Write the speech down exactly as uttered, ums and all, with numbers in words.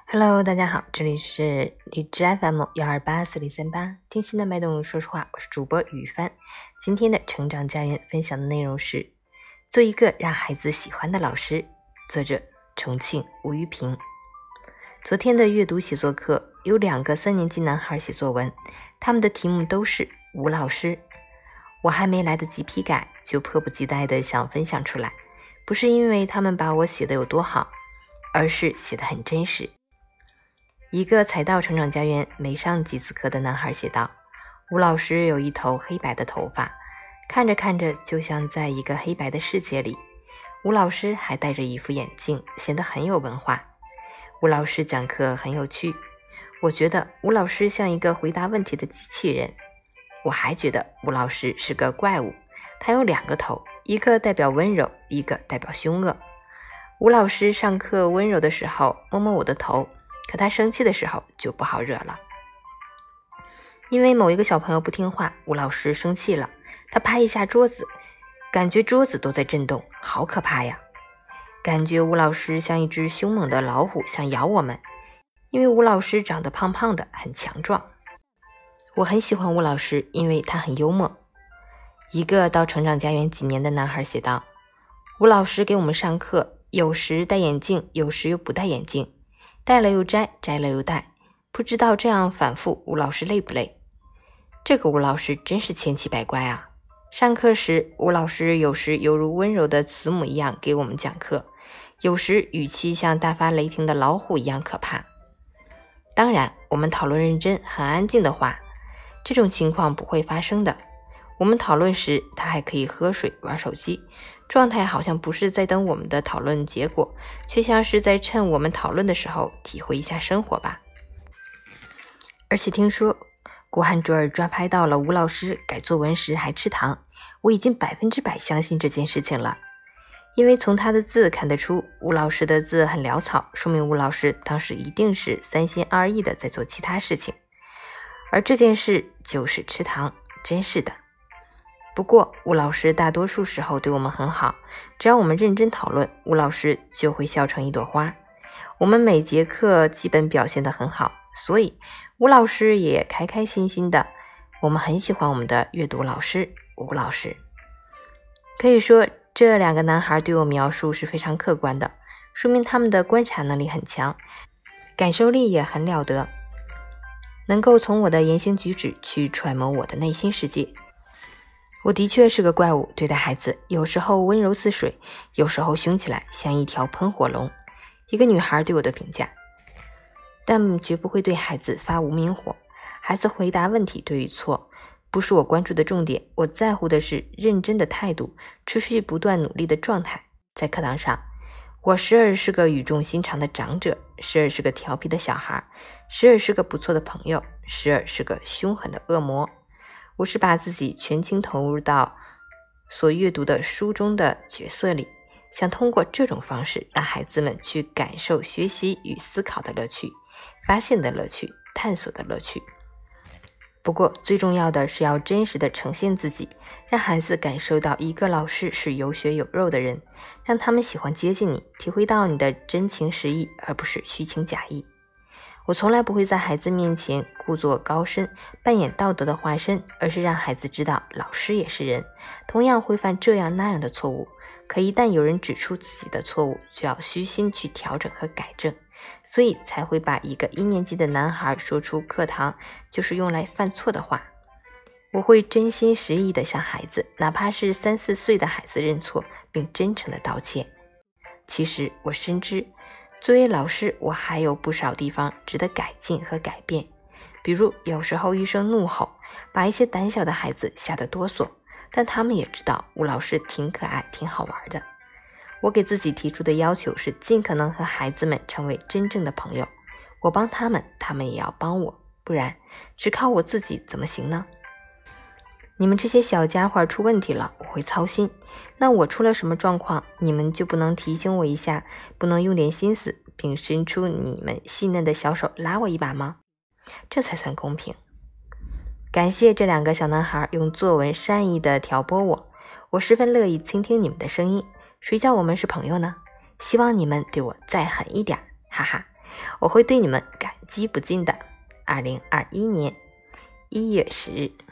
Hello， 大家好，这里是荔枝 F M 幺二八四零三八，听心的脉动说实话，我是主播雨帆。今天的成长家园分享的内容是做一个让孩子喜欢的老师，作者重庆吴玉平。昨天的阅读写作课有两个三年级男孩写作文，他们的题目都是吴老师。我还没来得及批改，就迫不及待地想分享出来，不是因为他们把我写得有多好，而是写得很真实。一个才到成长家园没上几次课的男孩写道，吴老师有一头黑白的头发，看着看着就像在一个黑白的世界里。吴老师还戴着一副眼镜，显得很有文化。吴老师讲课很有趣，我觉得吴老师像一个回答问题的机器人。我还觉得吴老师是个怪物，他有两个头，一个代表温柔，一个代表凶恶。吴老师上课温柔的时候摸摸我的头，可他生气的时候就不好惹了。因为某一个小朋友不听话，吴老师生气了，他拍一下桌子，感觉桌子都在震动，好可怕呀！感觉吴老师像一只凶猛的老虎，想咬我们。因为吴老师长得胖胖的，很强壮。我很喜欢吴老师，因为他很幽默。一个到成长家园几年的男孩写道，吴老师给我们上课，有时戴眼镜，有时又不戴眼镜，戴了又摘，摘了又戴，不知道这样反复，吴老师累不累？这个吴老师真是千奇百怪啊！上课时，吴老师有时犹如温柔的慈母一样给我们讲课，有时语气像大发雷霆的老虎一样可怕。当然，我们讨论认真、很安静的话，这种情况不会发生的。我们讨论时，他还可以喝水、玩手机，状态好像不是在等我们的讨论结果，却像是在趁我们讨论的时候体会一下生活吧。而且听说郭汉卓尔抓拍到了吴老师改作文时还吃糖，我已经百分之百相信这件事情了。因为从他的字看得出，吴老师的字很潦草，说明吴老师当时一定是三心二意的在做其他事情，而这件事就是吃糖，真是的。不过吴老师大多数时候对我们很好，只要我们认真讨论，吴老师就会笑成一朵花。我们每节课基本表现得很好，所以吴老师也开开心心的。我们很喜欢我们的阅读老师吴老师。可以说这两个男孩对我描述是非常客观的，说明他们的观察能力很强，感受力也很了得，能够从我的言行举止去揣摩我的内心世界。我的确是个怪物，对待孩子有时候温柔似水，有时候凶起来像一条喷火龙。一个女孩对我的评价，但绝不会对孩子发无名火。孩子回答问题对与错不是我关注的重点，我在乎的是认真的态度，持续不断努力的状态。在课堂上，我时而是个语重心长的长者，时而是个调皮的小孩，时而是个不错的朋友，时而是个凶狠的恶魔。我是把自己全情投入到所阅读的书中的角色里，想通过这种方式让孩子们去感受学习与思考的乐趣，发现的乐趣，探索的乐趣。不过最重要的是要真实的呈现自己，让孩子感受到一个老师是有血有肉的人，让他们喜欢接近你，体会到你的真情实意，而不是虚情假意。我从来不会在孩子面前故作高深，扮演道德的化身，而是让孩子知道老师也是人，同样会犯这样那样的错误，可一旦有人指出自己的错误，就要虚心去调整和改正，所以才会把一个一年级的男孩说出课堂就是用来犯错的话。我会真心实意地向孩子，哪怕是三四岁的孩子认错，并真诚地道歉。其实我深知作为老师，我还有不少地方值得改进和改变，比如有时候一声怒吼把一些胆小的孩子吓得哆嗦，但他们也知道吴老师挺可爱挺好玩的。我给自己提出的要求是尽可能和孩子们成为真正的朋友，我帮他们，他们也要帮我，不然只靠我自己怎么行呢？你们这些小家伙出问题了，我会操心。那我出了什么状况，你们就不能提醒我一下，不能用点心思，并伸出你们细嫩的小手拉我一把吗？这才算公平。感谢这两个小男孩用作文善意地挑拨我，我十分乐意倾听你们的声音。谁叫我们是朋友呢？希望你们对我再狠一点，哈哈。 我会对你们感激不尽的。二零二一年一月十日。